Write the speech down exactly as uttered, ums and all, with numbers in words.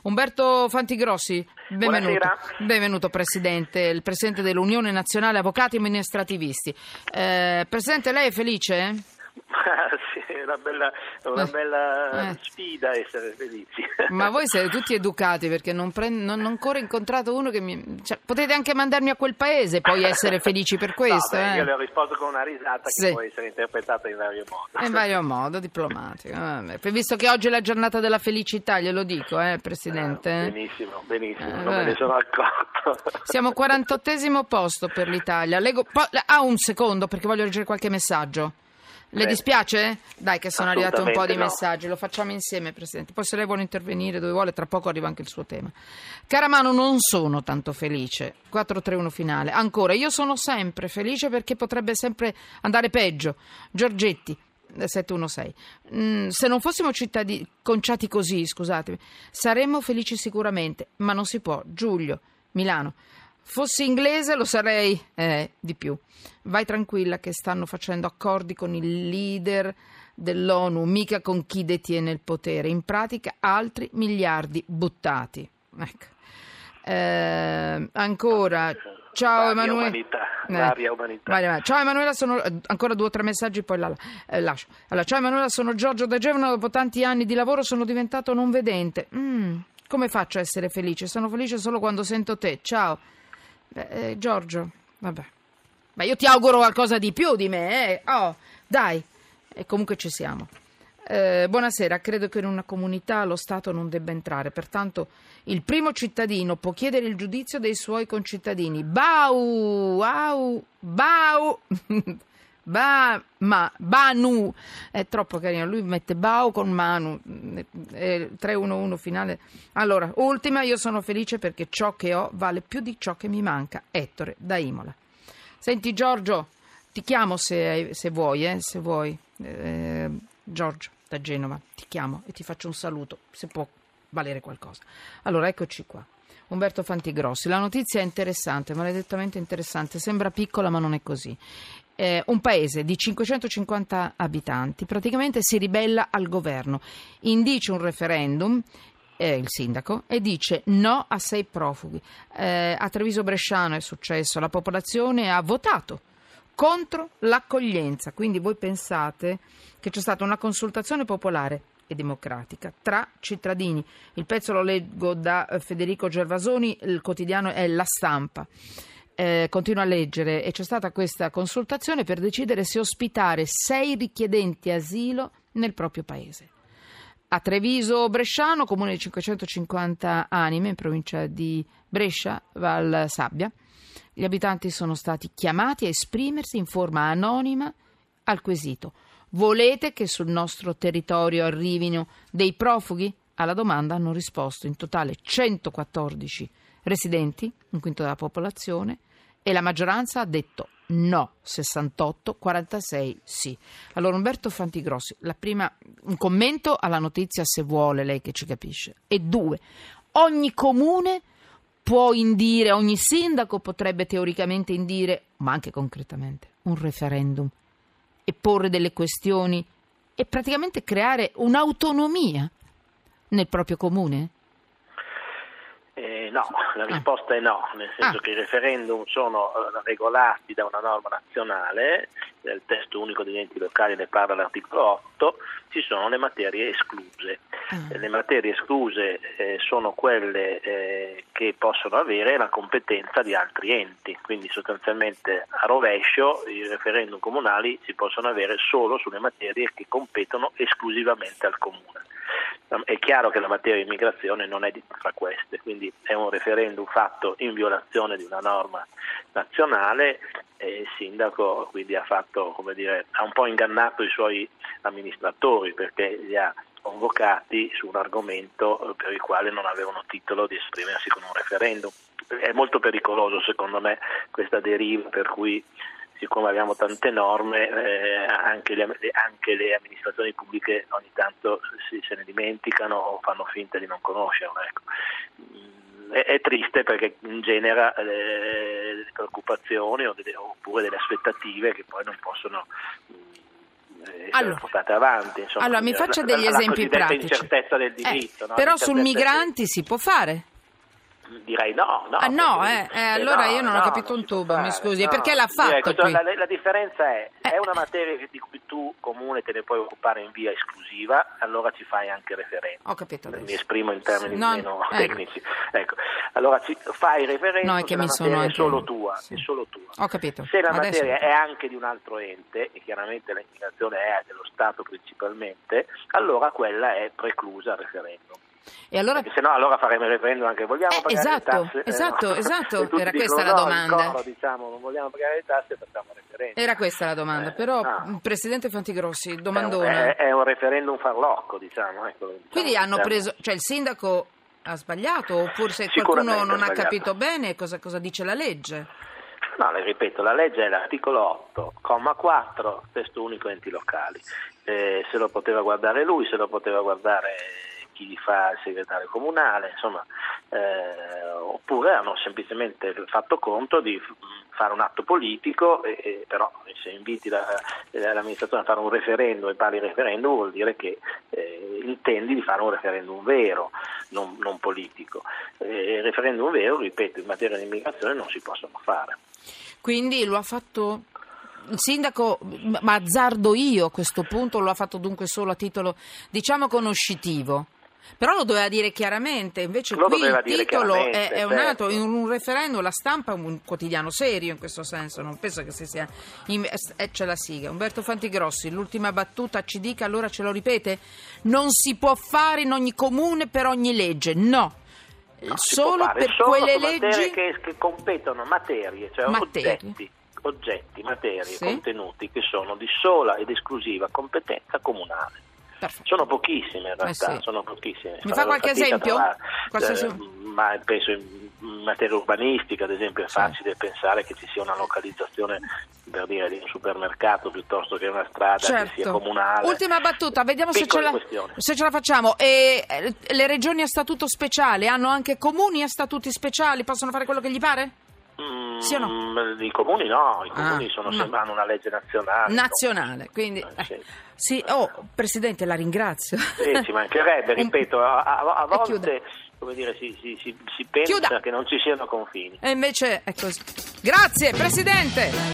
Umberto Fantigrossi, benvenuto. Buonasera. Benvenuto Presidente, il Presidente dell'Unione Nazionale Avvocati e Amministrativisti. Eh, Presidente, lei è felice? Sì, è una bella, una bella eh. sfida essere felici. Ma voi siete tutti educati, perché non, prend- non ho ancora incontrato uno che mi... Cioè, potete anche mandarmi a quel paese, poi essere felici per questo. No, beh, eh. Io le ho risposto con una risata Sì. che può essere interpretata in vario modo. In vario modo, diplomatico. Vabbè. Visto che oggi è la giornata della felicità, glielo dico, eh, Presidente. Eh, benissimo, benissimo, Eh, non me ne sono accorto. Siamo quarantottesimo posto per l'Italia. Leggo... po- ah, un secondo, perché voglio leggere qualche messaggio. Le Beh, dispiace? Dai, che sono arrivati un po' di assolutamente no. messaggi, lo facciamo insieme, Presidente. Poi se lei vuole intervenire dove vuole, tra poco arriva anche il suo tema. Cara Manu, non sono tanto felice. quattro tre uno finale. Ancora, io sono sempre felice perché potrebbe sempre andare peggio. Giorgetti, sette uno sei. Mm, se non fossimo cittadini conciati così, scusatemi, saremmo felici sicuramente, ma non si può. Giulio, Milano. Fossi inglese lo sarei eh, di più. Vai tranquilla che stanno facendo accordi con il leader dell'ONU, mica con chi detiene il potere. In pratica altri miliardi buttati. Ecco. Eh, ancora, ciao Varia Emanuele. umanità, Eh, varia umanità. varia- Ciao Emanuela, sono ancora due o tre messaggi, poi la, eh, lascio. Allora, ciao Emanuela, sono Giorgio da Genova. Dopo tanti anni di lavoro sono diventato non vedente. Mm, come faccio a essere felice? Sono felice solo quando sento te. Ciao. Beh, eh, Giorgio, vabbè. Ma io ti auguro qualcosa di più di me, eh? Oh, dai. E comunque ci siamo. Eh, buonasera, credo che in una comunità lo Stato non debba entrare, pertanto il primo cittadino può chiedere il giudizio dei suoi concittadini. Bau, au, bau, ba, ma, Banu, è troppo carino, lui mette Bau con Manu, eh, tre uno uno finale. Allora, ultima, io sono felice perché ciò che ho vale più di ciò che mi manca. Ettore, da Imola. Senti Giorgio, ti chiamo se, se vuoi, eh, se vuoi. Eh, Giorgio da Genova, ti chiamo e ti faccio un saluto, se può valere qualcosa. Allora, eccoci qua. Umberto Fantigrossi, la notizia è interessante, maledettamente interessante, sembra piccola ma non è così. Eh, un paese di cinquecentocinquanta abitanti praticamente si ribella al governo, indice un referendum, eh, il sindaco, e dice no a sei profughi. Eh, a Treviso Bresciano è successo, la popolazione ha votato contro l'accoglienza, quindi voi pensate che c'è stata una consultazione popolare e democratica tra cittadini. Il pezzo lo leggo da Federico Gervasoni, il quotidiano è La Stampa. Eh, continua a leggere, e c'è stata questa consultazione per decidere se ospitare sei richiedenti asilo nel proprio paese. A Treviso Bresciano, comune di cinquecentocinquanta anime in provincia di Brescia, Val Sabbia, gli abitanti sono stati chiamati a esprimersi in forma anonima al quesito: volete che sul nostro territorio arrivino dei profughi? Alla domanda hanno risposto in totale centoquattordici residenti, un quinto della popolazione, e la maggioranza ha detto no, sessantotto, quarantasei sì. Allora Umberto Fantigrossi, la prima, un commento alla notizia se vuole, lei che ci capisce. E due, ogni comune può indire, ogni sindaco potrebbe teoricamente indire, ma anche concretamente, un referendum e porre delle questioni e praticamente creare un'autonomia nel proprio comune? Eh, no, la risposta è no, nel senso Ah. che i referendum sono eh, regolati da una norma nazionale, nel testo unico degli enti locali ne parla l'articolo otto, ci sono le materie escluse. Ah. Eh, le materie escluse eh, sono quelle eh, che possono avere la competenza di altri enti, quindi sostanzialmente a rovescio i referendum comunali si possono avere solo sulle materie che competono esclusivamente al comune. È chiaro che la materia di immigrazione non è di tra queste, quindi è un referendum fatto in violazione di una norma nazionale e il sindaco quindi ha fatto, come dire, ha un po' ingannato i suoi amministratori perché li ha convocati su un argomento per il quale non avevano titolo di esprimersi con un referendum. È molto pericoloso secondo me questa deriva per cui, siccome abbiamo tante norme, eh, anche, le, anche le amministrazioni pubbliche ogni tanto si, se ne dimenticano o fanno finta di non conoscerlo. Ecco. È, è triste perché genera eh, delle preoccupazioni o delle, oppure delle aspettative che poi non possono mh, essere allora, portate avanti. Insomma, allora mi faccia la, degli la, esempi la pratici. Incertezza del diritto. Eh, no? Però sul migranti del... si può fare? Direi no, no. Ah no, perché, eh, eh, allora no, io non no, ho capito non un tubo, fare, mi scusi. no. Perché l'ha fatto Direi, questo, qui? la, la differenza è, Eh. è una materia di cui tu, comune, te ne puoi occupare in via esclusiva, allora ci fai anche il referendum. Ho capito adesso. Mi esprimo in termini No, meno ecco. tecnici. Ecco, allora ci, fai il referendum No, è che se mi la sono materia anche... è solo tua, sì. è solo tua. Ho capito. Se la Adesso... materia è anche di un altro ente, e chiaramente l'immigrazione è dello Stato principalmente, allora quella è preclusa al referendum. E allora... Perché se no allora faremo il referendum anche vogliamo eh, pagare esatto, le tasse. Esatto, eh, esatto, no? era questa dicono, la no, domanda. in coro, diciamo, non vogliamo pagare le tasse, facciamo il referendum. Era questa la domanda, Eh, però no. Presidente Fantigrossi, È un, domandona. è, è un referendum farlocco, diciamo. Ecco, diciamo Quindi hanno diciamo. preso, cioè il sindaco ha sbagliato, oppure se Sicuramente qualcuno non ha ha sbagliato. capito bene cosa, cosa dice la legge? No, le ripeto, la legge è l'articolo otto, comma quattro, testo unico enti locali. Eh, se lo poteva guardare lui, se lo poteva guardare chi fa il segretario comunale, insomma, eh, oppure hanno semplicemente fatto conto di fare un atto politico, e, e però se inviti la, l'amministrazione a fare un referendum e parli di referendum vuol dire che eh, intendi di fare un referendum vero, non, non politico. Eh, il referendum vero, ripeto, in materia di immigrazione non si possono fare. Quindi lo ha fatto il sindaco, ma azzardo io a questo punto, lo ha fatto dunque solo a titolo, diciamo, conoscitivo. Però lo doveva dire chiaramente, invece Lo qui il dire titolo è, è un certo. altro, in un referendum, la Stampa è un quotidiano serio in questo senso, non penso che si sia... In, eh, c'è la sigla. Umberto Fantigrossi, l'ultima battuta ci dica, allora ce lo ripete? Non si può fare in ogni comune per ogni legge, no. No, solo per solo quelle materie leggi che, che competono materie, cioè Materie. oggetti, oggetti, materie, Sì. contenuti che sono di sola ed esclusiva competenza comunale. Perfetto. Sono pochissime in realtà, Eh sì. sono pochissime. Mi Farò fa qualche fatica a esempio? trovare, Qualsiasi- eh, ma penso in materia urbanistica, ad esempio, è Sì. facile pensare che ci sia una localizzazione, per dire, di un supermercato piuttosto che una strada Certo. che sia comunale. Ultima battuta, vediamo se ce, Piccole la, questioni. se ce la facciamo. E, eh, le regioni a statuto speciale hanno anche comuni a statuti speciali? Possono fare quello che gli pare? Mm, Sì o no? I comuni no, i comuni Ah, sono no. sempre hanno una legge nazionale. Nazionale, quindi... Eh, sì. eh, sì, oh, Presidente, la ringrazio. Sì, ci mancherebbe, Un- ripeto, a, a- a E chiuda. volte come dire, si, si, si, si pensa Chiuda. che non ci siano confini. E invece è così. Grazie, Presidente!